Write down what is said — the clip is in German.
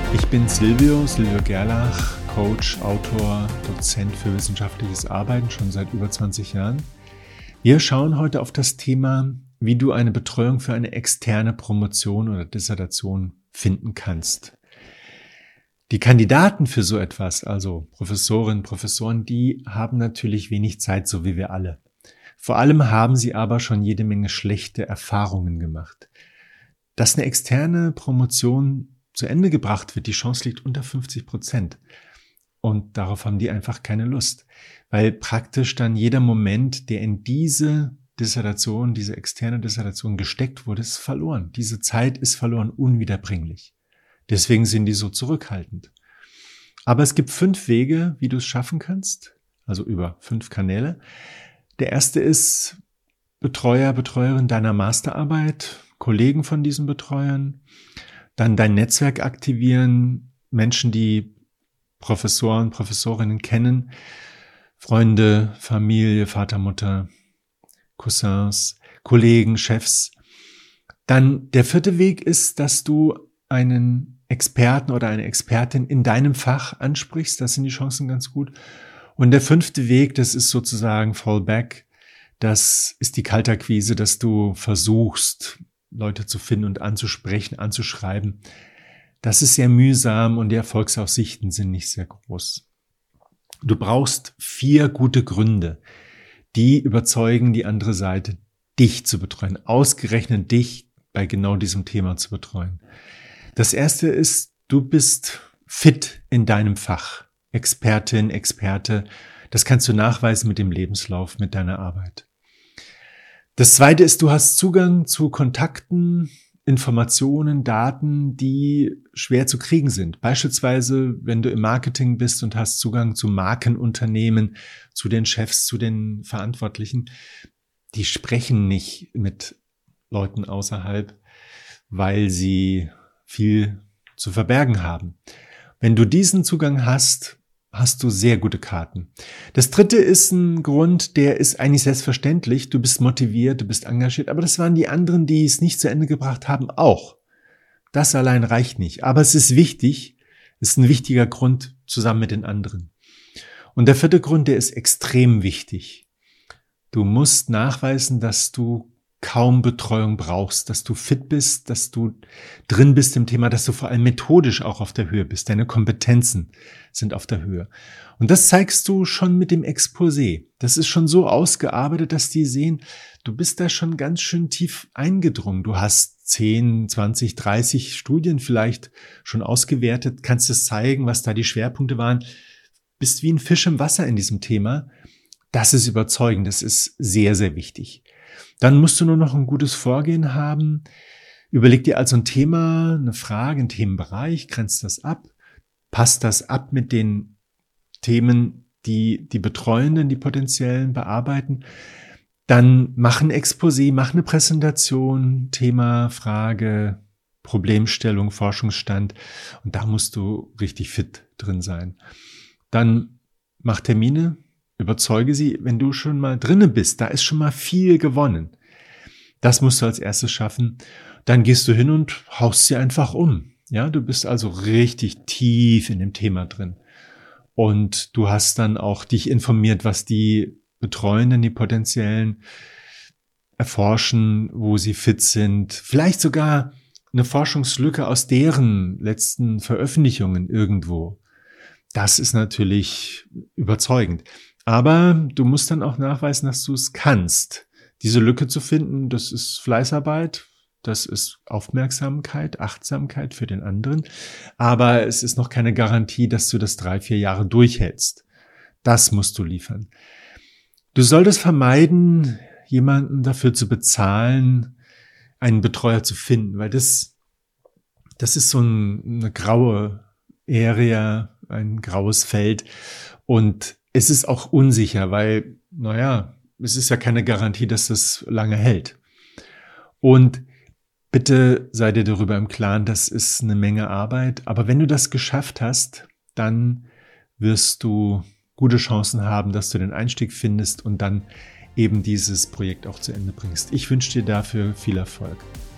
Ich bin Silvio Gerlach, Coach, Autor, Dozent für wissenschaftliches Arbeiten, schon seit über 20 Jahren. Wir schauen heute auf das Thema, wie du eine Betreuung für eine externe Promotion oder Dissertation finden kannst. Die Kandidaten für so etwas, also Professorinnen, Professoren, die haben natürlich wenig Zeit, so wie wir alle. Vor allem haben sie aber schon jede Menge schlechte Erfahrungen gemacht. Dass eine externe Promotion zu Ende gebracht wird, die Chance liegt unter 50%. Und darauf haben die einfach keine Lust, weil praktisch dann jeder Moment, der in diese Dissertation, diese externe Dissertation gesteckt wurde, ist verloren. Diese Zeit ist verloren, unwiederbringlich. Deswegen sind die so zurückhaltend. Aber es gibt 5 Wege, wie du es schaffen kannst, also über 5 Kanäle. Der erste ist Betreuer, Betreuerin deiner Masterarbeit, Kollegen von diesen Betreuern, dann dein Netzwerk aktivieren, Menschen, die Professoren, Professorinnen kennen, Freunde, Familie, Vater, Mutter, Cousins, Kollegen, Chefs. Dann der 4. Weg ist, dass du einen Experten oder eine Expertin in deinem Fach ansprichst. Das sind die Chancen ganz gut. Und der 5. Weg, das ist sozusagen Fallback. Das ist die Kaltakquise, dass du versuchst, Leute zu finden und anzusprechen, anzuschreiben. Das ist sehr mühsam und die Erfolgsaussichten sind nicht sehr groß. Du brauchst 4 gute Gründe, die überzeugen die andere Seite, dich zu betreuen, ausgerechnet dich bei genau diesem Thema zu betreuen. Das erste ist, du bist fit in deinem Fach. Expertin, Experte. Das kannst du nachweisen mit dem Lebenslauf, mit deiner Arbeit. Das zweite ist, du hast Zugang zu Kontakten, Informationen, Daten, die schwer zu kriegen sind. Beispielsweise, wenn du im Marketing bist und hast Zugang zu Markenunternehmen, zu den Chefs, zu den Verantwortlichen. Die sprechen nicht mit Leuten außerhalb, weil sie viel zu verbergen haben. Wenn du diesen Zugang hast, hast du sehr gute Karten. Das 3. ist ein Grund, der ist eigentlich selbstverständlich. Du bist motiviert, du bist engagiert, aber das waren die anderen, die es nicht zu Ende gebracht haben, auch. Das allein reicht nicht, aber es ist wichtig, ist ein wichtiger Grund zusammen mit den anderen. Und der 4. Grund, der ist extrem wichtig. Du musst nachweisen, dass du kaum Betreuung brauchst, dass du fit bist, dass du drin bist im Thema, dass du vor allem methodisch auch auf der Höhe bist. Deine Kompetenzen sind auf der Höhe. Und das zeigst du schon mit dem Exposé. Das ist schon so ausgearbeitet, dass die sehen, du bist da schon ganz schön tief eingedrungen. Du hast 10, 20, 30 Studien vielleicht schon ausgewertet, kannst es zeigen, was da die Schwerpunkte waren. Bist wie ein Fisch im Wasser in diesem Thema. Das ist überzeugend. Das ist sehr, sehr wichtig. Dann musst du nur noch ein gutes Vorgehen haben. Überleg dir also ein Thema, eine Frage, einen Themenbereich, grenzt das ab, passt das ab mit den Themen, die die Betreuenden, die potenziellen bearbeiten. Dann mach ein Exposé, mach eine Präsentation, Thema, Frage, Problemstellung, Forschungsstand. Und da musst du richtig fit drin sein. Dann mach Termine. Überzeuge sie, wenn du schon mal drinne bist, da ist schon mal viel gewonnen. Das musst du als erstes schaffen. Dann gehst du hin und haust sie einfach um. Ja, du bist also richtig tief in dem Thema drin. Und du hast dann auch dich informiert, was die Betreuenden, die potenziellen erforschen, wo sie fit sind. Vielleicht sogar eine Forschungslücke aus deren letzten Veröffentlichungen irgendwo. Das ist natürlich überzeugend. Aber du musst dann auch nachweisen, dass du es kannst. Diese Lücke zu finden, das ist Fleißarbeit, das ist Aufmerksamkeit, Achtsamkeit für den anderen. Aber es ist noch keine Garantie, dass du das 3-4 Jahre durchhältst. Das musst du liefern. Du solltest vermeiden, jemanden dafür zu bezahlen, einen Betreuer zu finden, weil das ist so eine graue Area, ein graues Feld. Und es ist auch unsicher, weil, es ist ja keine Garantie, dass das lange hält. Und bitte sei dir darüber im Klaren, das ist eine Menge Arbeit. Aber wenn du das geschafft hast, dann wirst du gute Chancen haben, dass du den Einstieg findest und dann eben dieses Projekt auch zu Ende bringst. Ich wünsche dir dafür viel Erfolg.